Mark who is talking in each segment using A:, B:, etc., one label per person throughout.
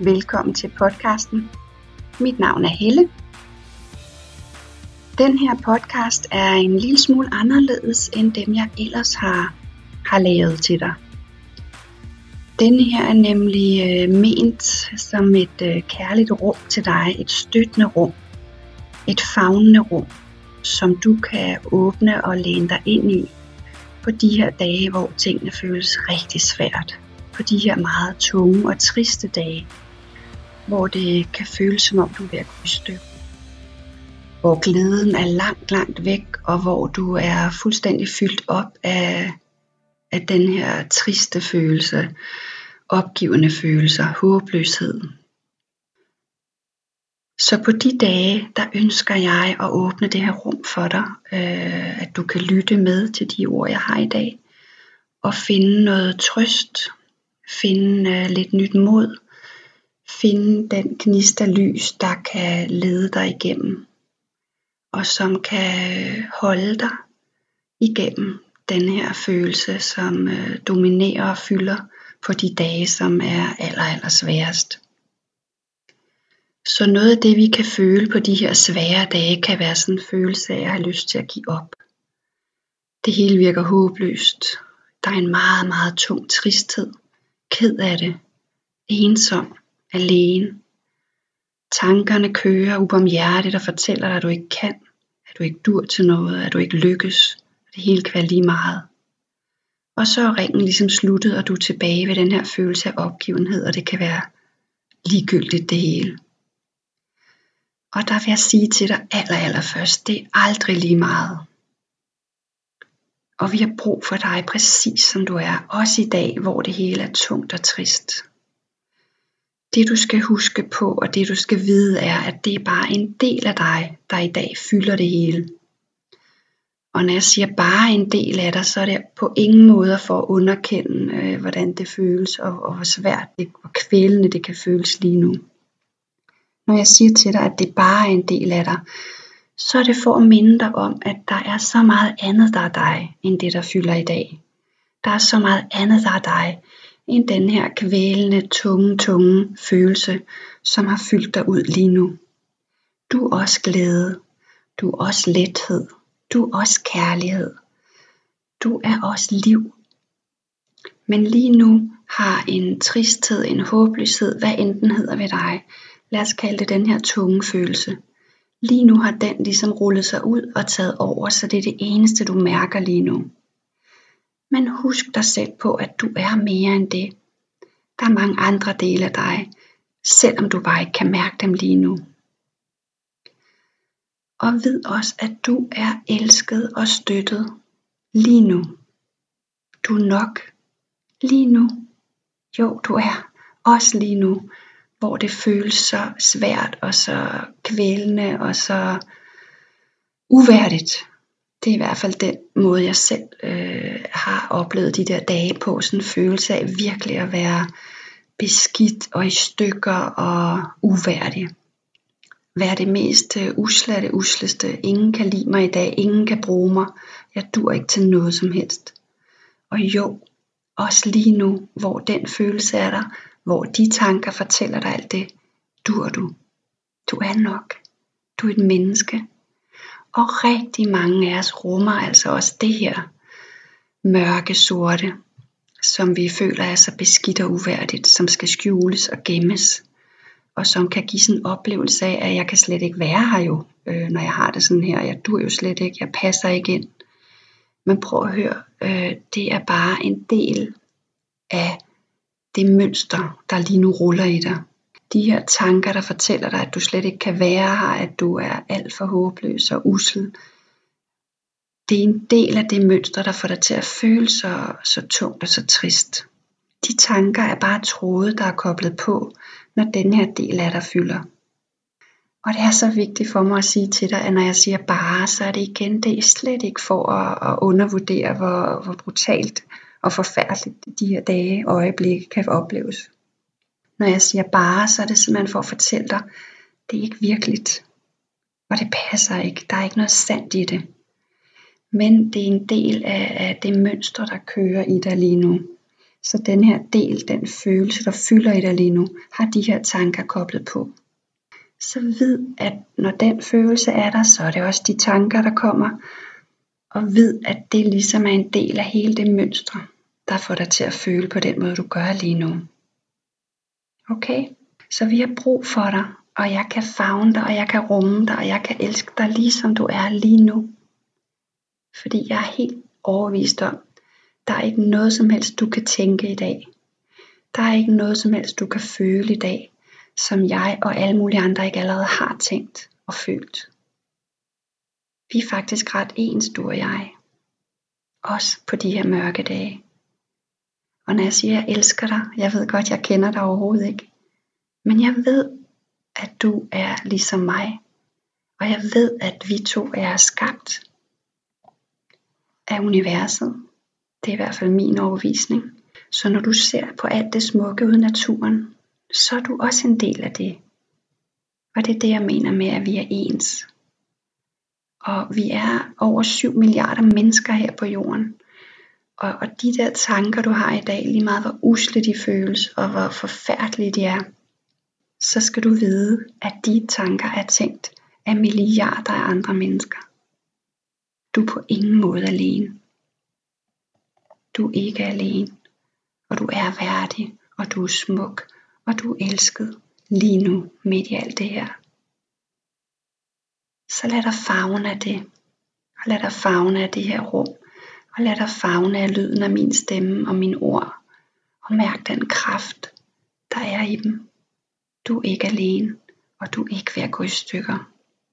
A: Velkommen til podcasten. Mit navn er Helle. Den her podcast er en lille smule anderledes end dem jeg ellers har lavet til dig. Denne her er nemlig ment som et kærligt rum til dig, et støttende rum, et favnende rum, som du kan åbne og læne dig ind i på de her dage, hvor tingene føles rigtig svært. På de her meget tunge og triste dage, hvor det kan føles som om du er ved at gå i stykker. Hvor glæden er langt væk, og hvor du er fuldstændig fyldt op af den her triste følelse, opgivende følelser, håbløshed. Så på de dage, der ønsker jeg at åbne det her rum for dig, at du kan lytte med til de ord, jeg har i dag, og finde noget trøst, finde lidt nyt mod, finde den gnist af lys, der kan lede dig igennem, og som kan holde dig igennem den her følelse, som dominerer og fylder på de dage, som er aller sværest. Så noget af det, vi kan føle på de her svære dage, kan være sådan en følelse af at have lyst til at give op. Det hele virker håbløst. Der er en meget tung tristhed, ked af det, ensom, alene. Tankerne kører ubarmhjertigt og fortæller dig, at du ikke kan, at du ikke dur til noget, at du ikke lykkes, at det hele kan være lige meget. Og så er ringen ligesom sluttet, og du er tilbage ved den her følelse af opgivenhed, og det kan være ligegyldigt det hele. Og der vil jeg sige til dig allerførst, det er aldrig lige meget. Og vi har brug for dig præcis som du er, også i dag, hvor det hele er tungt og trist. Det du skal huske på, og det du skal vide er, at det er bare en del af dig, der i dag fylder det hele. Og når jeg siger bare en del af dig, så er det på ingen måde for at underkende, hvordan det føles, og hvor svært og kvælende det kan føles lige nu. Når jeg siger til dig, at det bare er en del af dig, så er det for at minde dig om, at der er så meget andet, der er dig, end det, der fylder i dag. Der er så meget andet, der er dig, end den her kvælende, tunge følelse, som har fyldt dig ud lige nu. Du er også glæde, du er også lethed, du er også kærlighed, du er også liv. Men lige nu har en tristhed, en håbløshed, hvad enten hedder ved dig, lad os kalde det den her tunge følelse. Lige nu har den ligesom rullet sig ud og taget over, så det er det eneste du mærker lige nu. Men husk dig selv på, at du er mere end det. Der er mange andre dele af dig, selvom du bare ikke kan mærke dem lige nu. Og vid også, at du er elsket og støttet lige nu. Du er nok lige nu. Jo, du er også lige nu, hvor det føles så svært og så kvælende og så uværdigt. Det er i hvert fald den måde, jeg selv har oplevet de der dage på. Sådan en følelse af virkelig at være beskidt og i stykker og uværdig. Være det mest usle af det usleste. Ingen kan lide mig i dag. Ingen kan bruge mig. Jeg dur ikke til noget som helst. Og jo, også lige nu, hvor den følelse er der, hvor de tanker fortæller dig alt det, dur du. Du er nok. Du er et menneske. Og rigtig mange af os rummer altså også det her mørke sorte, som vi føler er så beskidt og uværdigt, som skal skjules og gemmes, og som kan give sådan en oplevelse af, at jeg kan slet ikke være her jo, når jeg har det sådan her. Jeg dur jo slet ikke, jeg passer ikke ind. Men prøv at høre, det er bare en del af det mønster, der lige nu ruller i dig. De her tanker, der fortæller dig, at du slet ikke kan være her, at du er alt for håbløs og ussel. Det er en del af det mønster, der får dig til at føle så tungt og så trist. De tanker er bare tråde, der er koblet på, når den her del af dig fylder. Og det er så vigtigt for mig at sige til dig, at når jeg siger bare, så er det igen, det er slet ikke for at undervurdere, hvor brutalt og forfærdeligt de her dage og øjeblikke kan opleves. Når jeg siger bare, så er det simpelthen for at fortælle dig, det er ikke virkeligt. Og det passer ikke. Der er ikke noget sandt i det. Men det er en del af det mønster, der kører i dig lige nu. Så den her del, den følelse, der fylder i dig lige nu, har de her tanker koblet på. Så vid, at når den følelse er der, så er det også de tanker, der kommer. Og vid, at det ligesom er en del af hele det mønstre, der får dig til at føle på den måde, du gør lige nu. Okay? Så vi har brug for dig, og jeg kan favne dig, og jeg kan rumme dig, og jeg kan elske dig lige som du er lige nu. Fordi jeg er helt overbevist om, der er ikke noget som helst du kan tænke i dag. Der er ikke noget som helst du kan føle i dag, som jeg og alle mulige andre ikke allerede har tænkt og følt. Vi er faktisk ret ens, du og jeg. Også på de her mørke dage. Og når jeg siger, at jeg elsker dig, jeg ved godt, jeg kender dig overhovedet ikke. Men jeg ved, at du er ligesom mig. Og jeg ved, at vi to er skabt af universet. Det er i hvert fald min overbevisning. Så når du ser på alt det smukke ude i naturen, så er du også en del af det. Og det er det, jeg mener med, at vi er ens. Og vi er over 7 milliarder mennesker her på jorden. Og de der tanker, du har i dag, lige meget hvor usle de føles, og hvor forfærdelige de er, så skal du vide, at de tanker er tænkt af milliarder af andre mennesker. Du er på ingen måde alene. Du er ikke alene, og du er værdig, og du er smuk, og du er elsket lige nu midt i alt det her. Så lad dig favne af det, og lad dig favne af det her rum, og lad dig favne af lyden af min stemme og mine ord, og mærk den kraft, der er i dem. Du er ikke alene, og du er ikke ved at gå i stykker.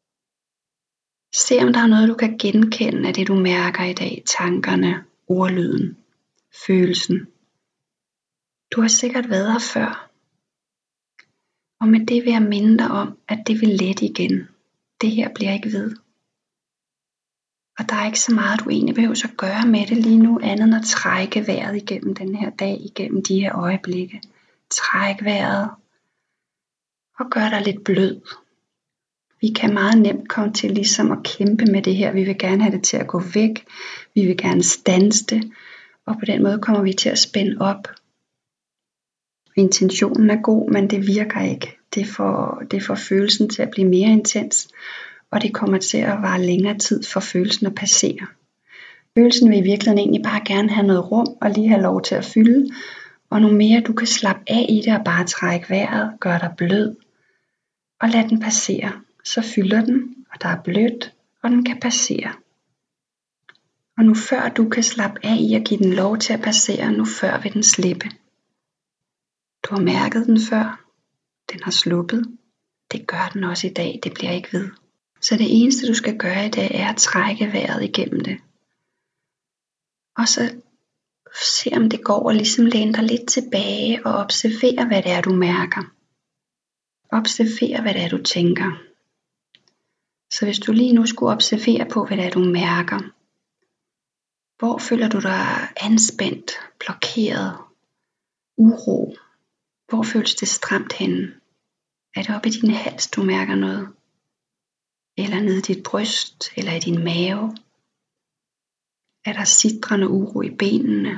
A: Se om der er noget, du kan genkende af det, du mærker i dag. Tankerne, ordlyden, følelsen. Du har sikkert været her før. Og med det vil jeg minde dig om, at det vil lette igen. Det her bliver ikke ved. Og der er ikke så meget, du egentlig behøver at gøre med det lige nu, andet end at trække vejret igennem den her dag, igennem de her øjeblikke. Træk vejret og gør dig lidt blød. Vi kan meget nemt komme til ligesom at kæmpe med det her. Vi vil gerne have det til at gå væk. Vi vil gerne standse det. Og på den måde kommer vi til at spænde op. Intentionen er god, men det virker ikke. Det får følelsen til at blive mere intens. Og det kommer til at vare længere tid for følelsen at passere. Følelsen vil i virkeligheden egentlig bare gerne have noget rum og lige have lov til at fylde. Og nu mere du kan slappe af i det og bare trække vejret, gør dig blød og lad den passere. Så fylder den, og der er blødt, og den kan passere. Og nu før du kan slappe af i at give den lov til at passere, nu før vil den slippe. Du har mærket den før, den har sluppet. Det gør den også i dag, det bliver ikke ved. Så det eneste du skal gøre i dag er at trække vejret igennem det. Og så se om det går og ligesom læne dig lidt tilbage og observere hvad det er du mærker. Observer hvad det er du tænker. Så hvis du lige nu skulle observere på hvad det er du mærker. Hvor føler du dig anspændt, blokeret, uro? Hvor føles det stramt henne? Er det oppe i din hals du mærker noget? Eller nede i dit bryst eller i din mave? Er der sitrende uro i benene?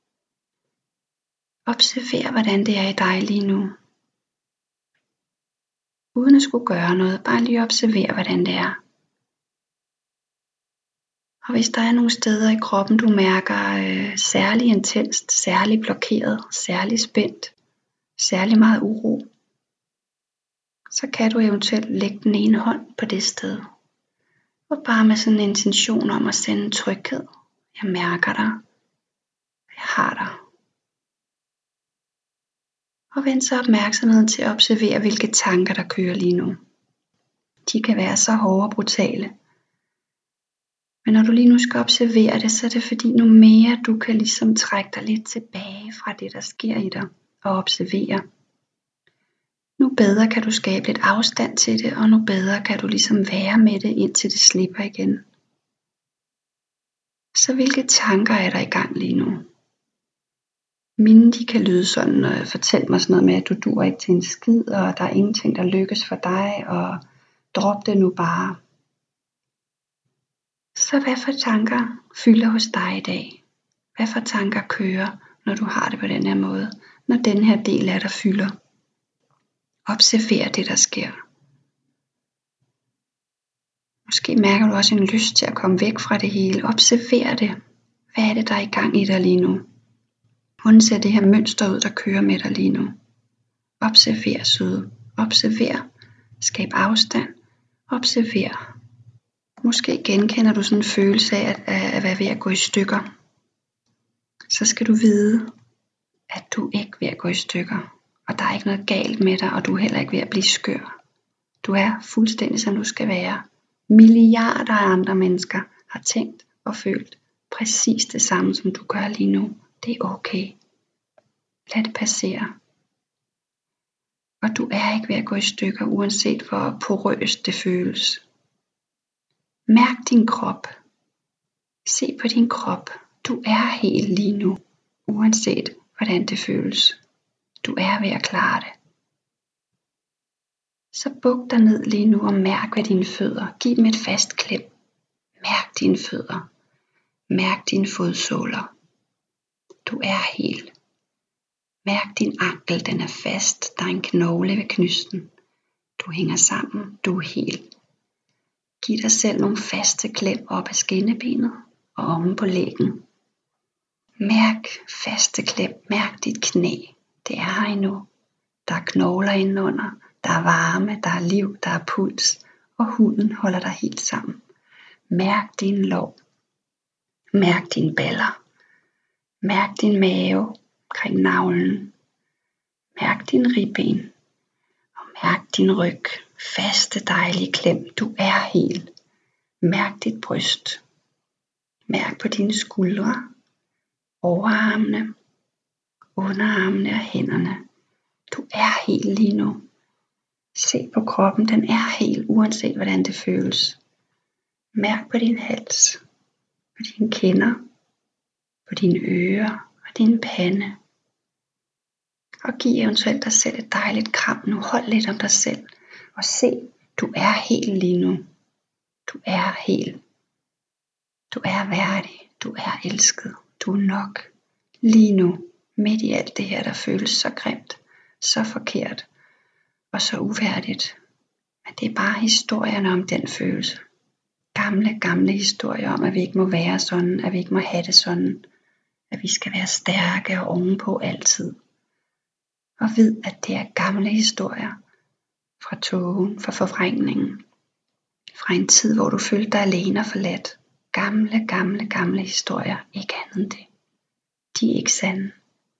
A: Observer hvordan det er i dig lige nu. Uden at skulle gøre noget, bare lige observer hvordan det er. Og hvis der er nogle steder i kroppen du mærker særlig intenst, særlig blokeret, særlig spændt, særlig meget uro, så kan du eventuelt lægge den ene hånd på det sted. Og bare med sådan en intention om at sende tryghed. Jeg mærker dig. Jeg har dig. Og vend så opmærksomheden til at observere hvilke tanker der kører lige nu. De kan være så hårde og brutale. Men når du lige nu skal observere det, så er det fordi nu mere du kan ligesom trække dig lidt tilbage fra det der sker i dig og observere. Nu bedre kan du skabe lidt afstand til det, og nu bedre kan du ligesom være med det, indtil det slipper igen. Så hvilke tanker er der i gang lige nu? Mine de kan lyde sådan, og fortæl mig sådan noget med, at du duer ikke til en skid, og der er ingenting, der lykkes for dig, og drop det nu bare. Så hvad for tanker fylder hos dig i dag? Hvad for tanker kører når du har det på den her måde. Når den her del af dig fylder. Observer det, der sker. Måske mærker du også en lyst til at komme væk fra det hele. Observer det. Hvad er det, der er i gang i dig lige nu? Hvordan ser det her mønster ud, der kører med dig lige nu? Observer, søde. Observer. Skab afstand. Observer. Måske genkender du sådan en følelse af at være ved at gå i stykker. Så skal du vide, at du ikke er ved at gå i stykker. Og der er ikke noget galt med dig, og du er heller ikke ved at blive skør. Du er fuldstændig som du skal være. Milliarder af andre mennesker har tænkt og følt præcis det samme, som du gør lige nu. Det er okay. Lad det passere. Og du er ikke ved at gå i stykker, uanset hvor porøst det føles. Mærk din krop. Se på din krop. Du er helt lige nu, uanset hvordan det føles. Du er ved at klare det. Så buk dig ned lige nu og mærk ved dine fødder. Giv dem et fast klem. Mærk dine fødder. Mærk dine fodsåler. Du er helt. Mærk din ankel, den er fast. Der er en knogle ved knysten. Du hænger sammen. Du er helt. Giv dig selv nogle faste klem op ad skinnebenet og omme på læggen. Mærk faste klem. Mærk dit knæ. Det er her endnu. Der er knogler indenunder. Der er varme, der er liv, der er puls. Og huden holder dig helt sammen. Mærk din lår. Mærk dine baller. Mærk din mave kring navlen. Mærk din ribben. Og mærk din ryg. Faste dejlige klem. Du er helt. Mærk dit bryst. Mærk på dine skuldre. Overarmene. Underarmene og hænderne. Du er helt lige nu. Se på kroppen. Den er helt uanset hvordan det føles. Mærk på din hals. På dine kinder. På dine ører og din pande. Og giv eventuelt dig selv et dejligt kram nu. Hold lidt om dig selv. Og se, du er helt lige nu. Du er helt. Du er værdig. Du er elsket. Du er nok. Lige nu. Midt i alt det her, der føles så grimt. Så forkert. Og så uværdigt. Men det er bare historierne om den følelse. Gamle historier om, at vi ikke må være sådan. At vi ikke må have det sådan. At vi skal være stærke og ovenpå altid. Og vid, at det er gamle historier. Fra tågen, fra forvrængningen. Fra en tid, hvor du følte dig alene og forladt. Gamle historier. Ikke andet end det. De er ikke sande.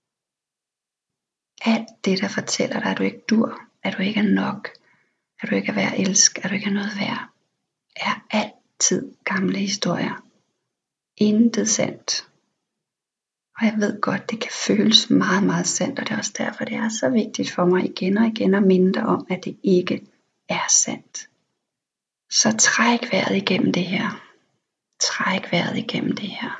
A: Alt det, der fortæller dig, at du ikke dur, at du ikke er nok, at du ikke er værd at elske, at du ikke er noget værd, er altid gamle historier. Intet sandt. Og jeg ved godt, det kan føles meget sandt, og det er også derfor, det er så vigtigt for mig igen og igen at minde dig om, at det ikke er sandt. Så træk vejret igennem det her. Træk vejret igennem det her.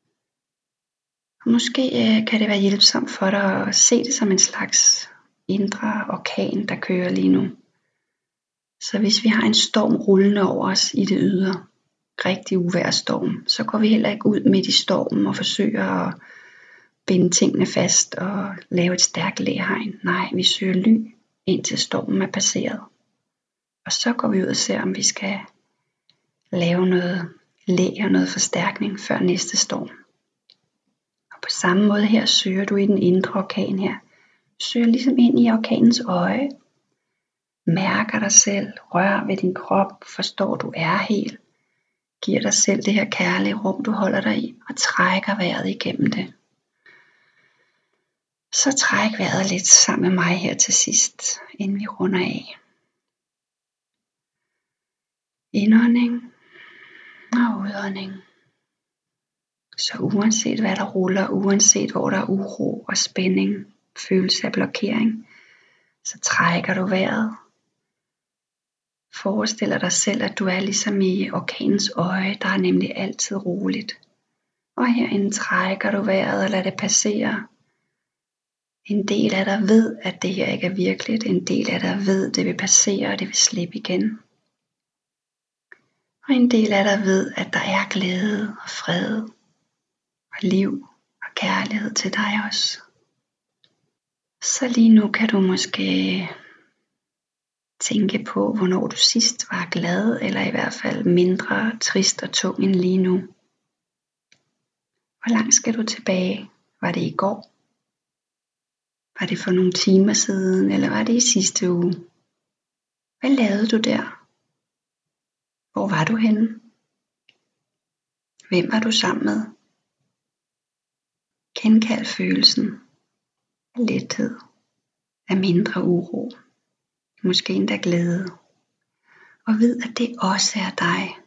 A: Og måske kan det være hjælpsomt for dig at se det som en slags indre orkan, der kører lige nu. Så hvis vi har en storm rullende over os i det ydre, rigtig uvejrsstorm, så går vi heller ikke ud midt i stormen og forsøger at binde tingene fast og lave et stærkt læhegn. Nej, vi søger ly, indtil stormen er passeret. Og så går vi ud og ser, om vi skal lave noget læ og noget forstærkning før næste storm. Og på samme måde her søger du i den indre orkan her. Søger ligesom ind i orkanens øje. Mærker dig selv, rør ved din krop, forstår du er helt. Giver dig selv det her kærlige rum, du holder dig i, og trækker vejret igennem det. Så træk vejret lidt sammen med mig her til sidst, inden vi runder af. Indånding og udånding. Så uanset hvad der ruller, uanset hvor der er uro og spænding, følelse af blokering, så trækker du vejret. Forestiller dig selv, at du er ligesom i orkanens øje, der er nemlig altid roligt. Og herinde trækker du vejret og lader det passere. En del af dig ved, at det her ikke er virkeligt. En del af dig ved, at det vil passere, og det vil slippe igen. Og en del af dig ved, at der er glæde og fred og liv og kærlighed til dig også. Så lige nu kan du måske tænke på, hvornår du sidst var glad, eller i hvert fald mindre trist og tung end lige nu. Hvor langt skal du tilbage? Var det i går? Var det for nogle timer siden, eller var det i sidste uge? Hvad lavede du der? Hvor var du henne? Hvem var du sammen med? Genkald følelsen af lethed, af mindre uro, måske endda glæde. Og vid, at det også er dig.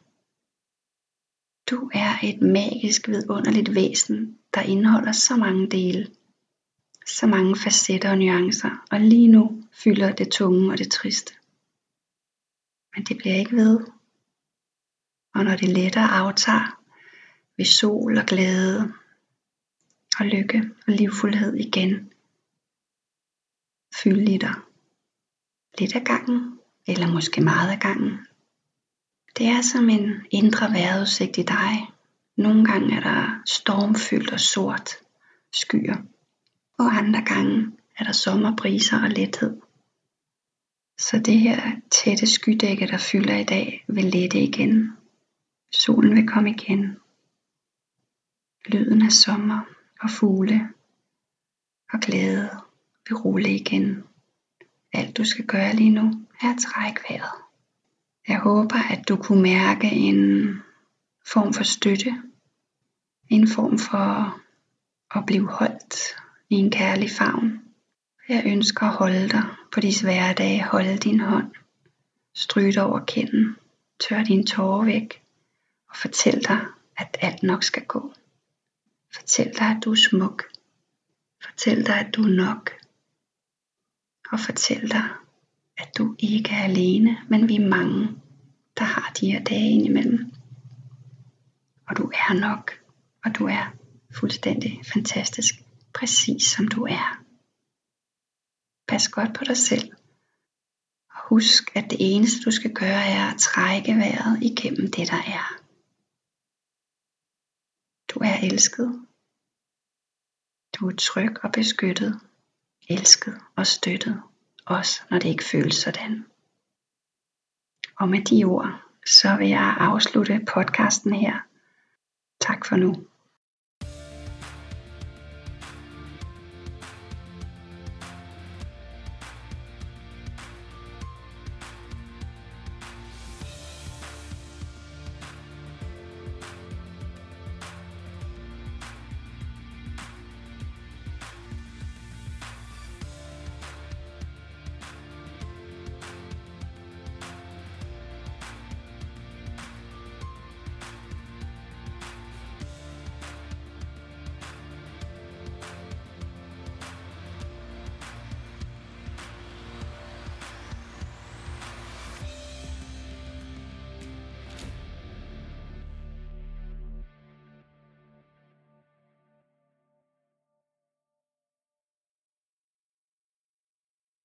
A: Du er et magisk, vidunderligt væsen, der indeholder så mange dele, så mange facetter og nuancer, og lige nu fylder det tunge og det triste. Men det bliver ikke ved. Og når det lettere aftager, vil sol og glæde og lykke og livfuldhed igen fylde i dig. Lidt af gangen, eller måske meget af gangen. Det er som en indre vejrudsigt i dig. Nogle gange er der stormfyldt og sort skyer, og andre gange er der sommerbriser og lethed. Så det her tætte skydække, der fylder i dag, vil lette igen. Solen vil komme igen. Lyden af sommer og fugle og glæde vil rulle igen. Alt du skal gøre lige nu er at trække vejret. Jeg håber, at du kunne mærke en form for støtte. En form for at blive holdt i en kærlig favn. Jeg ønsker at holde dig på de svære dage. Holde din hånd. Stryge dig over kinden. Tør dine tårer væk. Og fortæl dig, at alt nok skal gå. Fortæl dig, at du er smuk. Fortæl dig, at du er nok. Og fortæl dig, at du ikke er alene, men vi er mange, der har de her dage indimellem. Og du er nok, og du er fuldstændig fantastisk, præcis som du er. Pas godt på dig selv. Og husk, at det eneste du skal gøre er at trække vejret igennem det der er. Du er elsket. Du er tryg og beskyttet. Elsket og støttet. Også når det ikke føles sådan. Og med de ord, så vil jeg afslutte podcasten her. Tak for nu.